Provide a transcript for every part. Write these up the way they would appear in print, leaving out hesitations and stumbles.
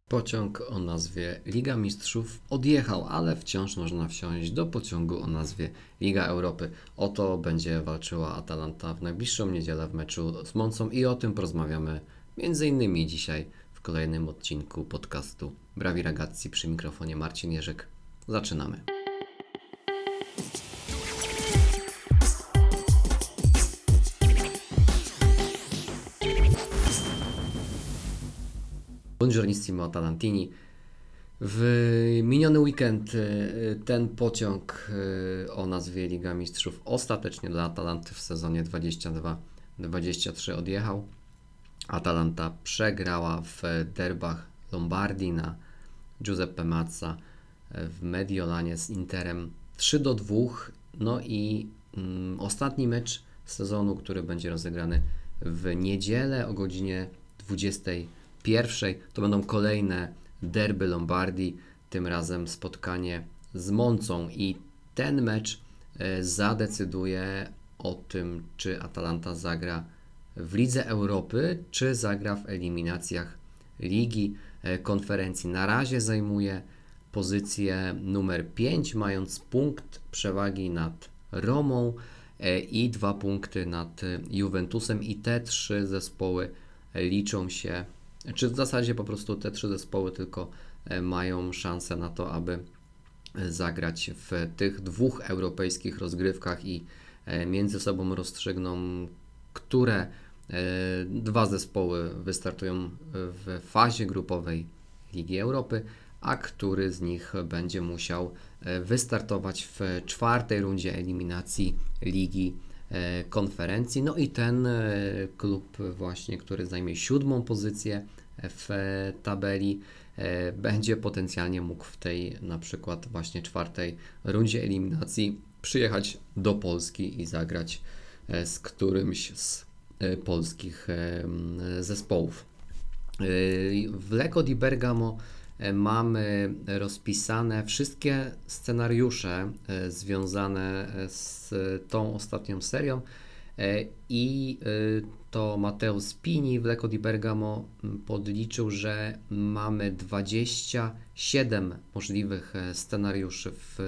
Pociąg o nazwie Liga Mistrzów odjechał, ale wciąż można wsiąść do pociągu o nazwie Liga Europy. O to będzie walczyła Atalanta w najbliższą niedzielę w meczu z Monzą i o tym porozmawiamy m.in. dzisiaj w kolejnym odcinku podcastu Brawi Ragazzi, przy mikrofonie Marcin Jerzyk. Zaczynamy. Buongiornissimo Atalantini. W miniony weekend ten pociąg o nazwie Liga Mistrzów ostatecznie dla Atalanty w sezonie 22-23 odjechał. Atalanta przegrała w derbach Lombardii na Giuseppe Meazza w Mediolanie z Interem 3-2. No i ostatni mecz sezonu, który będzie rozegrany w niedzielę o godzinie 21. To będą kolejne derby Lombardii, tym razem spotkanie z Monzą i ten mecz zadecyduje o tym, czy Atalanta zagra w Lidze Europy, czy zagra w eliminacjach Ligi Konferencji. Na razie zajmuje pozycję numer 5, mając punkt przewagi nad Romą i 2 punkty nad Juventusem, i te 3 zespoły liczą się, czy w zasadzie po prostu te 3 zespoły tylko mają szansę na to, aby zagrać w tych 2 europejskich rozgrywkach i między sobą rozstrzygną, które 2 zespoły wystartują w fazie grupowej Ligi Europy, a który z nich będzie musiał wystartować w 4. rundzie eliminacji Ligi Konferencji. No i ten klub właśnie, który zajmie 7. pozycję w tabeli, będzie potencjalnie mógł w tej na przykład właśnie 4. rundzie eliminacji przyjechać do Polski i zagrać z którymś z polskich zespołów. W Lecco di Bergamo mamy rozpisane wszystkie scenariusze związane z tą ostatnią serią i to Matteo Spini w Lecco di Bergamo podliczył, że mamy 27 możliwych scenariuszy w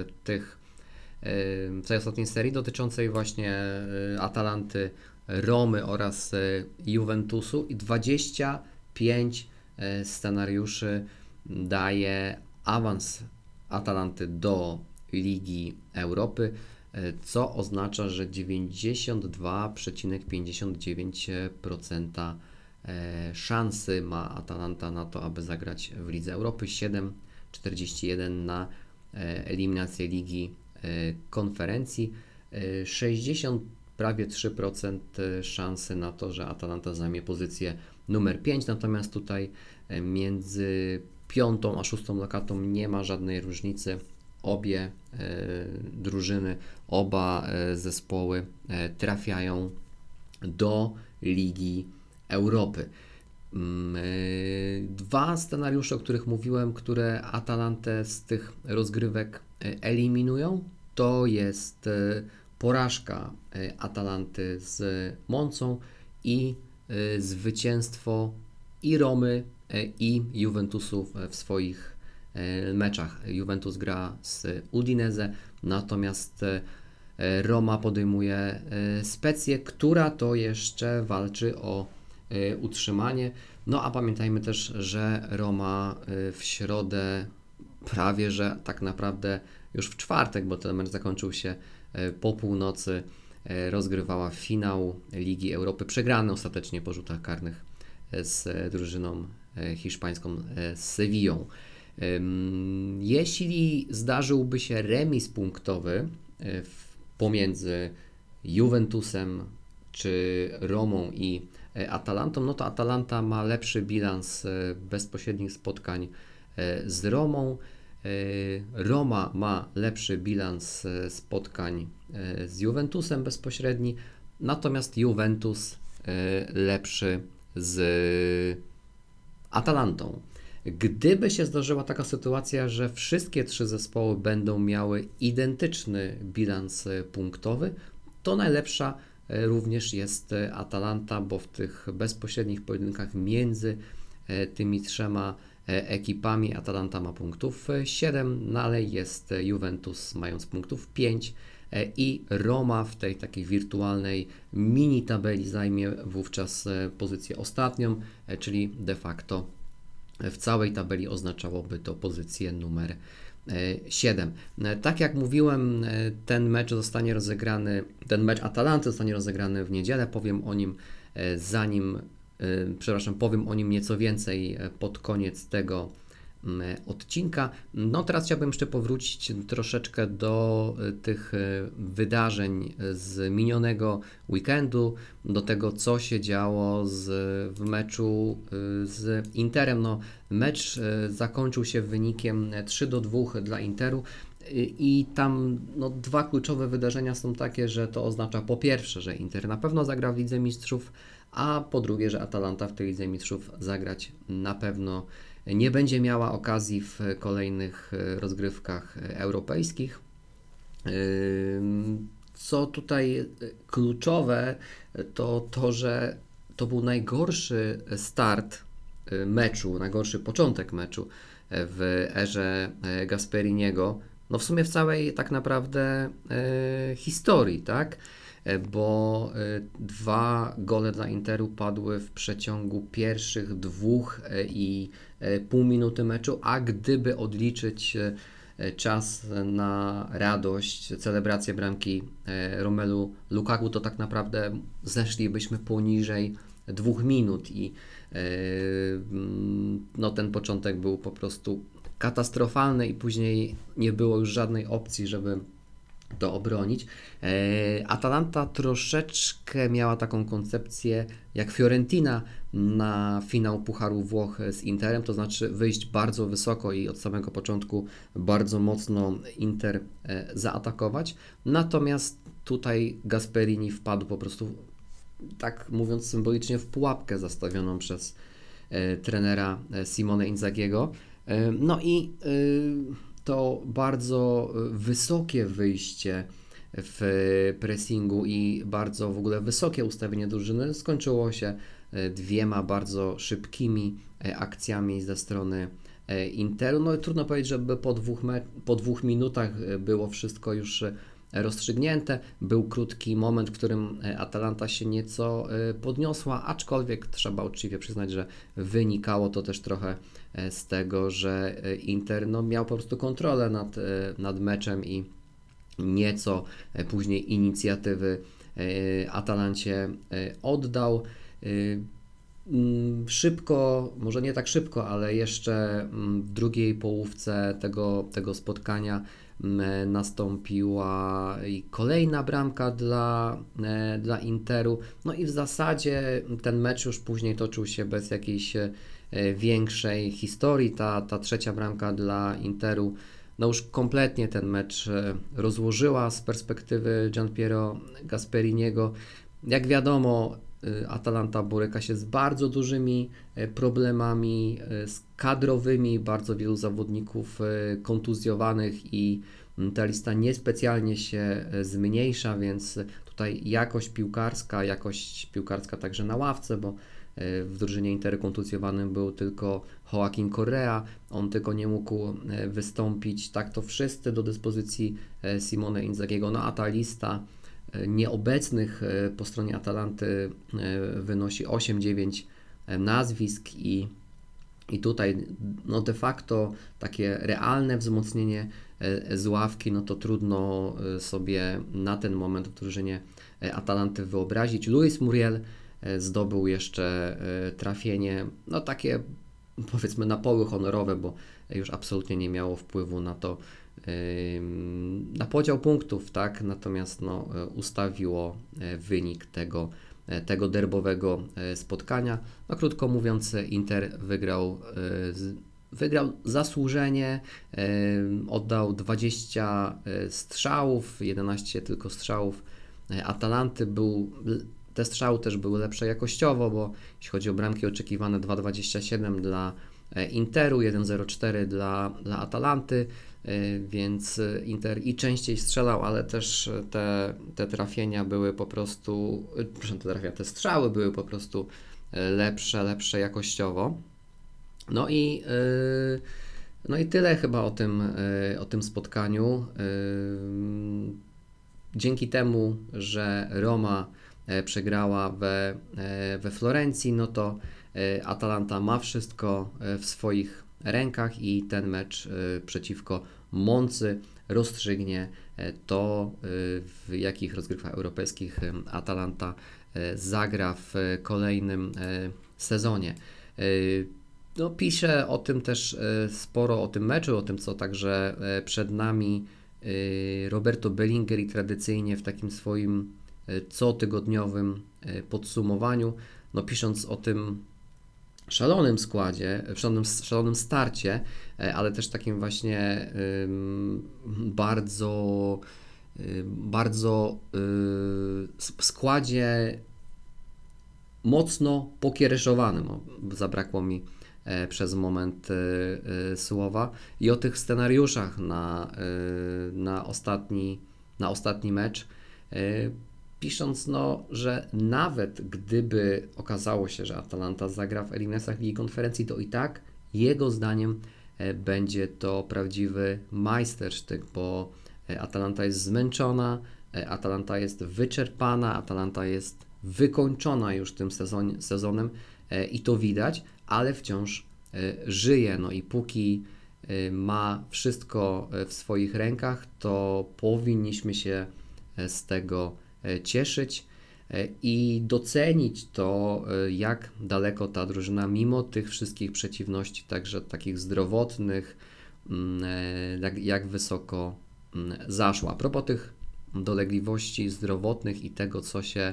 tej ostatniej serii dotyczącej właśnie Atalanty, Romy oraz Juventusu, i 25 scenariuszy daje awans Atalanty do Ligi Europy, co oznacza, że 92,59% szansy ma Atalanta na to, aby zagrać w Lidze Europy, 7,41 na eliminację Ligi Konferencji, 60 prawie 3% szansy na to, że Atalanta zajmie pozycję numer 5, natomiast tutaj między 5. a 6. lokatą nie ma żadnej różnicy. Obie drużyny, oba zespoły trafiają do Ligi Europy. 2 scenariusze, o których mówiłem, które Atalantę z tych rozgrywek eliminują, to jest porażka Atalanty z Monzą i zwycięstwo i Romy, i Juventusu w swoich meczach. Juventus gra z Udinese, natomiast Roma podejmuje Specję, która to jeszcze walczy o utrzymanie. No a pamiętajmy też, że Roma w środę, prawie że tak naprawdę już w czwartek, bo ten mecz zakończył się po północy, rozgrywała finał Ligi Europy, przegrany ostatecznie po rzutach karnych z drużyną hiszpańską, z Sewillą. Jeśli zdarzyłby się remis punktowy pomiędzy Juventusem czy Romą i Atalantą, no to Atalanta ma lepszy bilans bezpośrednich spotkań z Romą. Roma ma lepszy bilans spotkań z Juventusem bezpośredni, natomiast Juventus lepszy z Atalantą. Gdyby się zdarzyła taka sytuacja, że wszystkie 3 zespoły będą miały identyczny bilans punktowy, to najlepsza również jest Atalanta, bo w tych bezpośrednich pojedynkach między tymi 3 ekipami. Atalanta ma punktów 7, dalej jest Juventus mając punktów 5 i Roma w tej takiej wirtualnej mini tabeli zajmie wówczas pozycję ostatnią, czyli de facto w całej tabeli oznaczałoby to pozycję numer 7. Tak jak mówiłem, ten mecz Atalanty zostanie rozegrany w niedzielę, powiem o nim nieco więcej pod koniec tego odcinka. No teraz chciałbym jeszcze powrócić troszeczkę do tych wydarzeń z minionego weekendu, do tego co się działo w meczu z Interem. No, mecz zakończył się wynikiem 3-2 dla Interu. I tam dwa kluczowe wydarzenia są takie, że to oznacza po pierwsze, że Inter na pewno zagra w Lidze Mistrzów, a po drugie, że Atalanta w tej Lidze Mistrzów zagrać na pewno nie będzie miała okazji w kolejnych rozgrywkach europejskich. Co tutaj kluczowe, to to, że to był najgorszy start meczu, najgorszy początek meczu w erze Gasperiniego, no w sumie w całej tak naprawdę historii, tak? Bo 2 gole dla Interu padły w przeciągu pierwszych 2,5 minuty meczu, a gdyby odliczyć czas na radość, celebrację bramki Romelu Lukaku, to tak naprawdę zeszlibyśmy poniżej 2 minut i ten początek był po prostu katastrofalny i później nie było już żadnej opcji, żeby to obronić. Atalanta troszeczkę miała taką koncepcję jak Fiorentina na finał Pucharu Włoch z Interem, to znaczy wyjść bardzo wysoko i od samego początku bardzo mocno Inter zaatakować. Natomiast tutaj Gasperini wpadł po prostu, tak mówiąc symbolicznie, w pułapkę zastawioną przez trenera Simone Inzaghiego. No i to bardzo wysokie wyjście w pressingu i bardzo w ogóle wysokie ustawienie drużyny skończyło się 2 bardzo szybkimi akcjami ze strony Interu. No i trudno powiedzieć, żeby po 2 minutach było wszystko już rozstrzygnięte. Był krótki moment, w którym Atalanta się nieco podniosła, aczkolwiek trzeba uczciwie przyznać, że wynikało to też trochę z tego, że Inter miał po prostu kontrolę nad meczem i nieco później inicjatywy Atalancie oddał. Szybko, może nie tak szybko, ale jeszcze w drugiej połówce tego spotkania nastąpiła i kolejna bramka dla Interu. No i w zasadzie ten mecz już później toczył się bez jakiejś większej historii. Ta trzecia bramka dla Interu już kompletnie ten mecz rozłożyła z perspektywy Gianpiero Gasperiniego. Jak wiadomo, Atalanta boryka się z bardzo dużymi problemami kadrowymi, bardzo wielu zawodników kontuzjowanych i ta lista niespecjalnie się zmniejsza, więc tutaj jakość piłkarska także na ławce, bo w drużynie Interu kontuzjowanym był tylko Joaquin Correa, on tylko nie mógł wystąpić, tak to wszyscy do dyspozycji Simone Inzaghiego, a ta lista nieobecnych po stronie Atalanty wynosi 8-9 nazwisk i tutaj de facto takie realne wzmocnienie z ławki, to trudno sobie na ten moment w drużynie Atalanty wyobrazić. Luis Muriel zdobył jeszcze trafienie, takie powiedzmy na poły honorowe, bo już absolutnie nie miało wpływu na podział punktów, tak? Natomiast ustawiło wynik tego derbowego spotkania. Krótko mówiąc, Inter wygrał zasłużenie, oddał 20 strzałów, 11 tylko strzałów Atalanty. Te strzały też były lepsze jakościowo, bo jeśli chodzi o bramki oczekiwane 2,27 dla Interu, 1,04 dla Atalanty, więc Inter i częściej strzelał, ale też te trafienia były po prostu, te strzały były po prostu lepsze jakościowo. No i, no i tyle chyba o tym spotkaniu. Dzięki temu, że Roma przegrała we Florencji, no to Atalanta ma wszystko w swoich rękach i ten mecz przeciwko Moncy rozstrzygnie to, w jakich rozgrywkach europejskich Atalanta zagra w kolejnym sezonie. No, piszę o tym też sporo, o tym meczu, o tym, co także przed nami Roberto Bellingeri tradycyjnie w takim swoim cotygodniowym podsumowaniu, no pisząc o tym szalonym składzie, szalonym starcie, ale też takim właśnie bardzo składzie mocno pokiereszowanym. Zabrakło mi przez moment słowa. I o tych scenariuszach na ostatni mecz, pisząc, no, że nawet gdyby okazało się, że Atalanta zagra w eliminacjach Ligi Konferencji, to i tak jego zdaniem będzie to prawdziwy majstersztyk, bo Atalanta jest zmęczona, Atalanta jest wyczerpana, Atalanta jest wykończona już tym sezonem i to widać, ale wciąż żyje. No i póki ma wszystko w swoich rękach, to powinniśmy się z tego cieszyć i docenić to, jak daleko ta drużyna, mimo tych wszystkich przeciwności, także takich zdrowotnych, jak wysoko zaszła. A propos tych dolegliwości zdrowotnych i tego,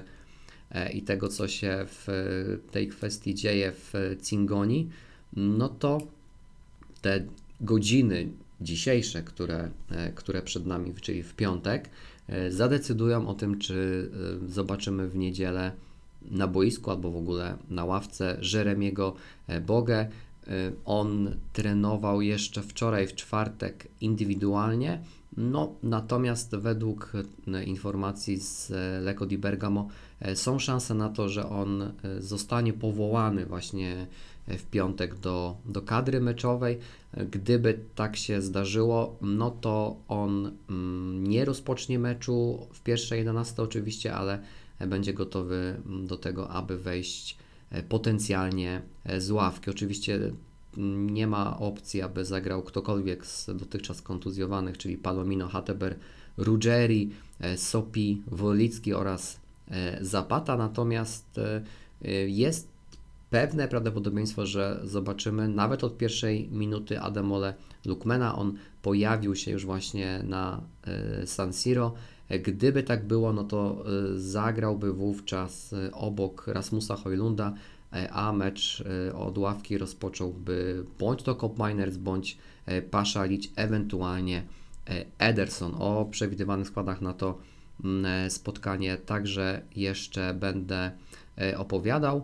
co się w tej kwestii dzieje w Cingoni, no to te godziny dzisiejsze, które przed nami, czyli w piątek, zadecydują o tym, czy zobaczymy w niedzielę na boisku albo w ogóle na ławce Jeremiego Bogę. On trenował jeszcze wczoraj, w czwartek, indywidualnie, no natomiast według informacji z Lecco di Bergamo są szanse na to, że on zostanie powołany właśnie w piątek do kadry meczowej. Gdyby tak się zdarzyło, no to on nie rozpocznie meczu w pierwszej 11 oczywiście, ale będzie gotowy do tego, aby wejść potencjalnie z ławki. Oczywiście nie ma opcji, aby zagrał ktokolwiek z dotychczas kontuzjowanych, czyli Palomino, Hatteber, Ruggeri, Sopi, Wolicki oraz Zapata, natomiast jest pewne prawdopodobieństwo, że zobaczymy nawet od pierwszej minuty Ademola Lookmana. On pojawił się już właśnie na San Siro. Gdyby tak było, no to zagrałby wówczas obok Rasmusa Højlunda, a mecz od ławki rozpocząłby bądź to Koopmeiners, bądź Pasalic, ewentualnie Ederson. O przewidywanych składach na to spotkanie także jeszcze będę opowiadał.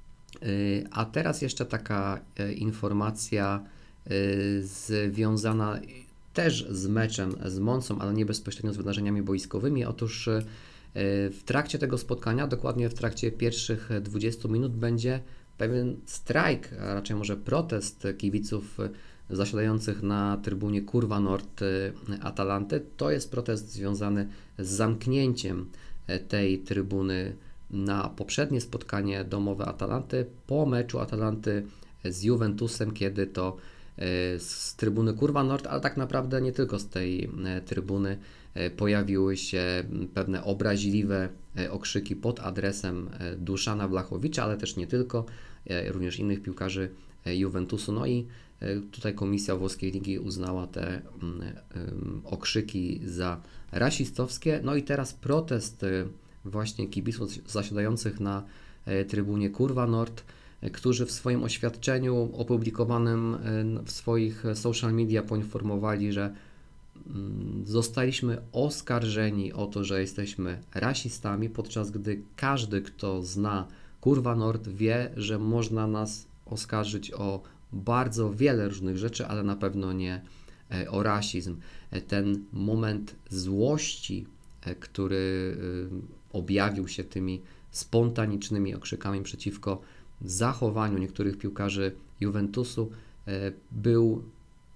A teraz jeszcze taka informacja związana też z meczem z Moncą, ale nie bezpośrednio z wydarzeniami boiskowymi. Otóż w trakcie tego spotkania, dokładnie w trakcie pierwszych 20 minut, będzie pewien strajk, a raczej może protest kibiców zasiadających na trybunie Curva Nord Atalanty. To jest protest związany z zamknięciem tej trybuny na poprzednie spotkanie domowe Atalanty po meczu Atalanty z Juventusem, kiedy to z trybuny Curva Nord, ale tak naprawdę nie tylko z tej trybuny, pojawiły się pewne obraźliwe okrzyki pod adresem Duszana Vlahovicia, ale też nie tylko, również innych piłkarzy Juventusu. No i tutaj Komisja Włoskiej Ligi uznała te okrzyki za rasistowskie. No i teraz protest właśnie kibiców zasiadających na trybunie Curva Nord, którzy w swoim oświadczeniu opublikowanym w swoich social media poinformowali, że zostaliśmy oskarżeni o to, że jesteśmy rasistami, podczas gdy każdy, kto zna Curva Nord, wie, że można nas oskarżyć o bardzo wiele różnych rzeczy, ale na pewno nie o rasizm. Ten moment złości, który objawił się tymi spontanicznymi okrzykami przeciwko zachowaniu niektórych piłkarzy Juventusu był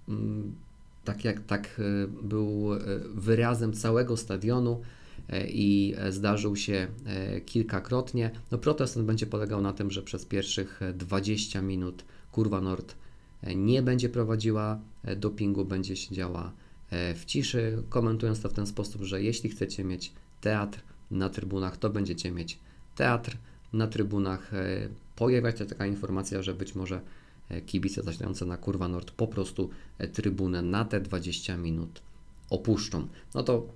był wyrazem całego stadionu i zdarzył się kilkakrotnie. No, protest ten będzie polegał na tym, że przez pierwszych 20 minut Kurwa Nord nie będzie prowadziła dopingu, będzie siedziała w ciszy, komentując to w ten sposób, że jeśli chcecie mieć teatr na trybunach, to będziecie mieć teatr na trybunach. Pojawia się taka informacja, że być może kibice zasiadające na Kurwa Nord po prostu trybunę na te 20 minut opuszczą. No to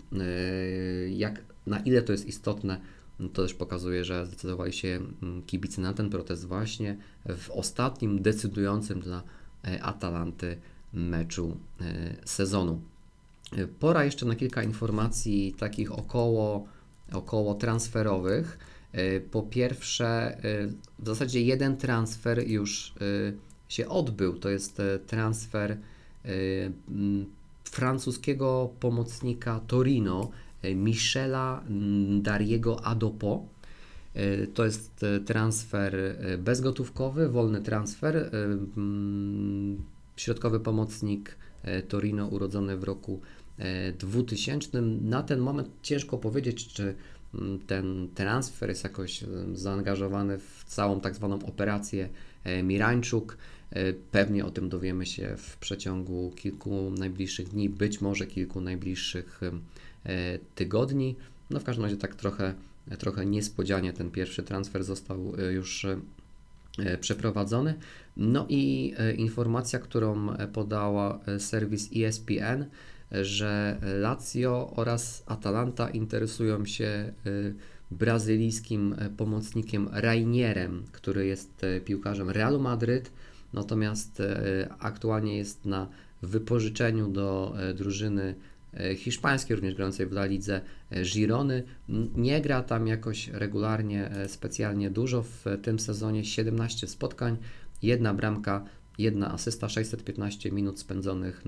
na ile to jest istotne, to też pokazuje, że zdecydowali się kibice na ten protest właśnie w ostatnim decydującym dla Atalanty meczu sezonu. Pora jeszcze na kilka informacji takich około transferowych. Po pierwsze, w zasadzie jeden transfer już się odbył. To jest transfer francuskiego pomocnika Torino, Michela Dariego Adopo. To jest transfer bezgotówkowy, wolny transfer. Środkowy pomocnik Torino, urodzony w roku 2000. Na ten moment ciężko powiedzieć, czy ten transfer jest jakoś zaangażowany w całą tak zwaną operację Mirańczuk. Pewnie o tym dowiemy się w przeciągu kilku najbliższych dni, być może kilku najbliższych tygodni. No w każdym razie tak trochę niespodzianie ten pierwszy transfer został już przeprowadzony. No i informacja, którą podała serwis ESPN, że Lazio oraz Atalanta interesują się brazylijskim pomocnikiem Rainierem, który jest piłkarzem Realu Madryt, natomiast aktualnie jest na wypożyczeniu do drużyny hiszpańskiej, również grającej w La Lidze Girony. Nie gra tam jakoś regularnie, specjalnie dużo w tym sezonie. 17 spotkań, 1 bramka, 1 asysta, 615 minut spędzonych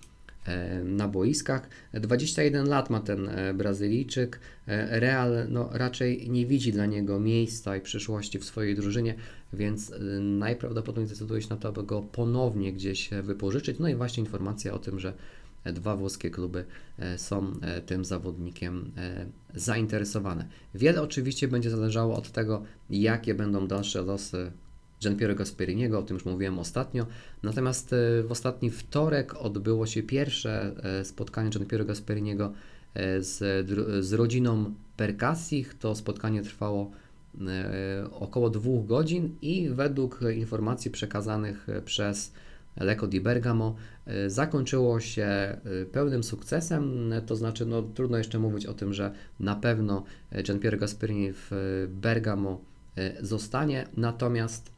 na boiskach. 21 lat ma ten Brazylijczyk. Real raczej nie widzi dla niego miejsca i przyszłości w swojej drużynie, więc najprawdopodobniej zdecyduje się na to, aby go ponownie gdzieś wypożyczyć. No i właśnie informacja o tym, że 2 włoskie kluby są tym zawodnikiem zainteresowane. Wiele oczywiście będzie zależało od tego, jakie będą dalsze losy Gianpiero Gasperiniego, o tym już mówiłem ostatnio. Natomiast w ostatni wtorek odbyło się pierwsze spotkanie Gianpiero Gasperiniego z rodziną Percassich. To spotkanie trwało około 2 godzin i według informacji przekazanych przez Lecco di Bergamo zakończyło się pełnym sukcesem, to znaczy trudno jeszcze mówić o tym, że na pewno Gianpiero Gasperini w Bergamo zostanie, natomiast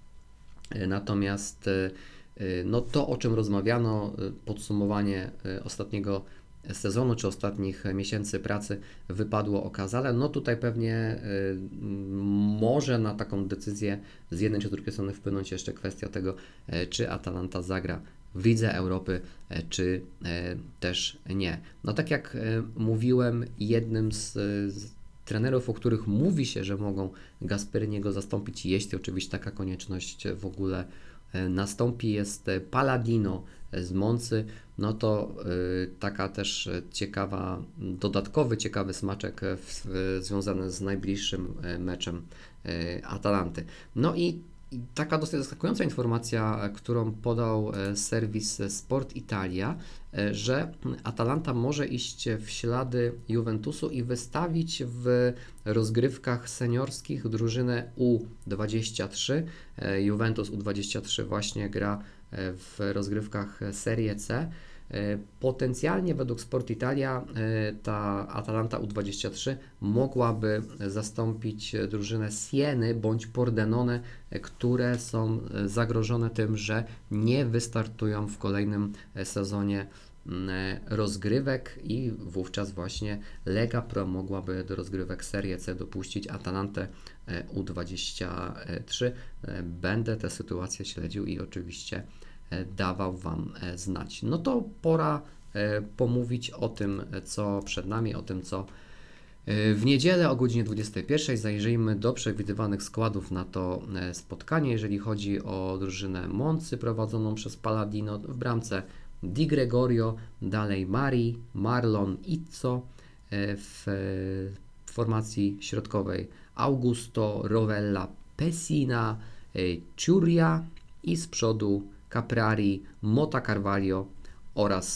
to, o czym rozmawiano, podsumowanie ostatniego sezonu czy ostatnich miesięcy pracy wypadło okazale. No tutaj pewnie może na taką decyzję z jednej czy drugiej strony wpłynąć jeszcze kwestia tego, czy Atalanta zagra w Lidze Europy, czy też nie. No tak jak mówiłem, jednym z trenerów, o których mówi się, że mogą Gasperiniego zastąpić, jeśli oczywiście taka konieczność w ogóle nastąpi, jest Palladino z Moncy. No to taka też dodatkowy ciekawy smaczek związany z najbliższym meczem Atalanty. No i taka dosyć zaskakująca informacja, którą podał serwis Sport Italia, że Atalanta może iść w ślady Juventusu i wystawić w rozgrywkach seniorskich drużynę U23. Juventus U23 właśnie gra w rozgrywkach Serie C. Potencjalnie według Sport Italia ta Atalanta U23 mogłaby zastąpić drużynę Sieny bądź Pordenone, które są zagrożone tym, że nie wystartują w kolejnym sezonie rozgrywek i wówczas właśnie Lega Pro mogłaby do rozgrywek Serie C dopuścić Atalantę U23. Będę tę sytuację śledził i oczywiście dawał Wam znać. No to pora pomówić o tym, co przed nami, o tym, co W niedzielę o godzinie 21 zajrzyjmy do przewidywanych składów na to spotkanie. Jeżeli chodzi o drużynę Moncy prowadzoną przez Palladino, w bramce Di Gregorio, dalej Mari, Marlon, Izzo, w formacji środkowej Augusto, Rovella, Pessina, Ciuria i z przodu Caprari, Mota Carvalho oraz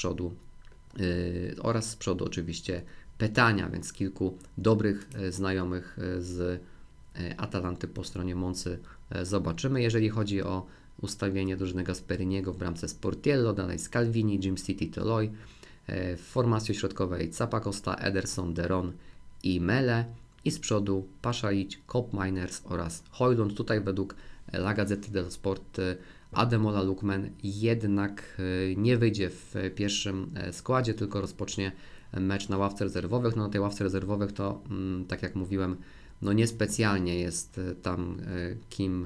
z przodu oczywiście Petagna, więc kilku dobrych znajomych z Atalanty po stronie Moncy zobaczymy. Jeżeli chodzi o ustawienie drużyny Gasperiniego w bramce Sportiello, dalej Scalvini, Jim City, Toloi, w formacji środkowej Zappacosta, Ederson, Deron i Mele i z przodu Pasalic, Koop Meiners oraz Højlund. Tutaj według La Gazzetta dello Sport Ademola Lookman jednak nie wyjdzie w pierwszym składzie, tylko rozpocznie mecz na ławce rezerwowych. No, na tej ławce rezerwowych to, tak jak mówiłem, no niespecjalnie jest tam kim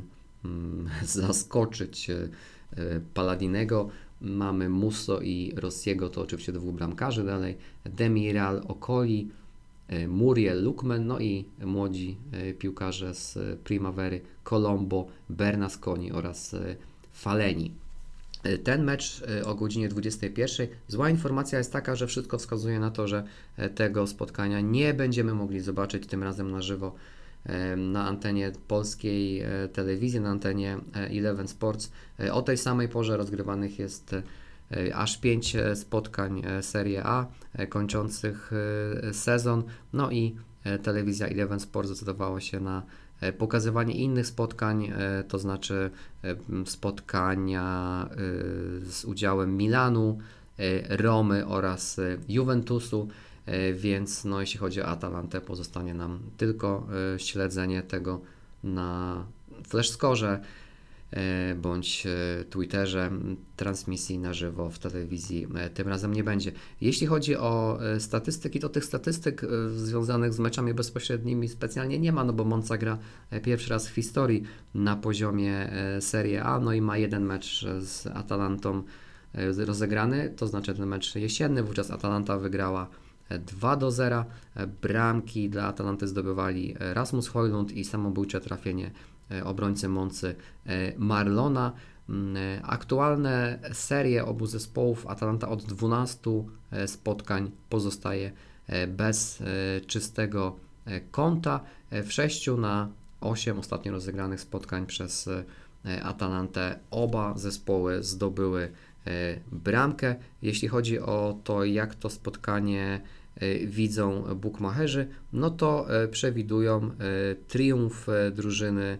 zaskoczyć Palladinego. Mamy Musso i Rossiego, to oczywiście dwóch bramkarzy dalej, Demiral, Okoli, Muriel, Lookman, no i młodzi piłkarze z Primavery, Colombo, Bernasconi oraz Faleni. Ten mecz o godzinie 21. Zła informacja jest taka, że wszystko wskazuje na to, że tego spotkania nie będziemy mogli zobaczyć tym razem na żywo na antenie polskiej telewizji, na antenie Eleven Sports. O tej samej porze rozgrywanych jest aż 5 spotkań Serie A kończących sezon, no i telewizja Eleven Sports zdecydowała się na pokazywanie innych spotkań, to znaczy spotkania z udziałem Milanu, Romy oraz Juventusu, więc no, jeśli chodzi o Atalantę, pozostanie nam tylko śledzenie tego na Flashscorze bądź Twitterze. Transmisji na żywo w telewizji tym razem nie będzie. Jeśli chodzi o statystyki, to tych statystyk związanych z meczami bezpośrednimi specjalnie nie ma, no bo Monza gra pierwszy raz w historii na poziomie Serie A, no i ma jeden mecz z Atalantą rozegrany, to znaczy ten mecz jesienny, wówczas Atalanta wygrała 2-0. Bramki dla Atalanty zdobywali Rasmus Højlund i samobójcze trafienie obrońcy Moncy Marlona. Aktualne serie obu zespołów, Atalanta od 12 spotkań pozostaje bez czystego kąta. W 6 na 8 ostatnio rozegranych spotkań przez Atalantę oba zespoły zdobyły bramkę. Jeśli chodzi o to, jak to spotkanie widzą bukmacherzy, no to przewidują triumf drużyny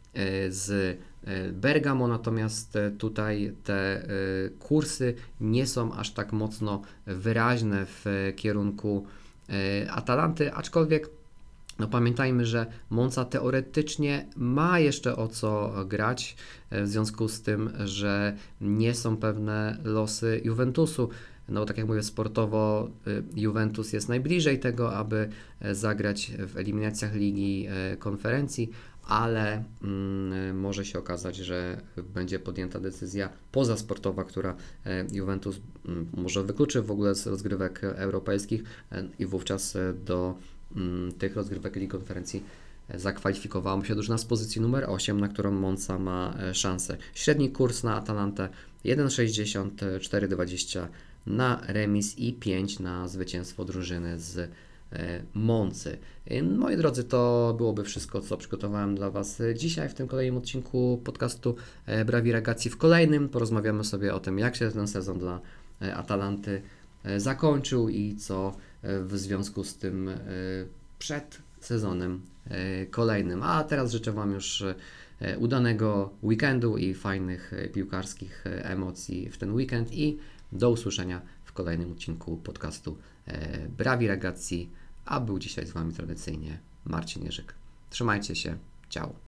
z Bergamo, natomiast tutaj te kursy nie są aż tak mocno wyraźne w kierunku Atalanty, aczkolwiek no pamiętajmy, że Monza teoretycznie ma jeszcze o co grać, w związku z tym, że nie są pewne losy Juventusu. No tak jak mówię, sportowo Juventus jest najbliżej tego, aby zagrać w eliminacjach Ligi Konferencji, ale może się okazać, że będzie podjęta decyzja pozasportowa, która Juventus może wykluczy w ogóle z rozgrywek europejskich i wówczas do tych rozgrywek Ligi Konferencji zakwalifikowała się drużyna z pozycji numer 8, na którą Monza ma szansę. Średni kurs na Atalantę 1,60, 4,20 na remis i 5 na zwycięstwo drużyny z Moncy. Moi drodzy, to byłoby wszystko, co przygotowałem dla Was dzisiaj w tym kolejnym odcinku podcastu Brawi Ragazzi. W kolejnym porozmawiamy sobie o tym, jak się ten sezon dla Atalanty zakończył i co w związku z tym przed sezonem kolejnym. A teraz życzę Wam już udanego weekendu i fajnych piłkarskich emocji w ten weekend i do usłyszenia w kolejnym odcinku podcastu Brawi Ragazzi, a był dzisiaj z Wami tradycyjnie Marcin Jerzyk. Trzymajcie się, ciao.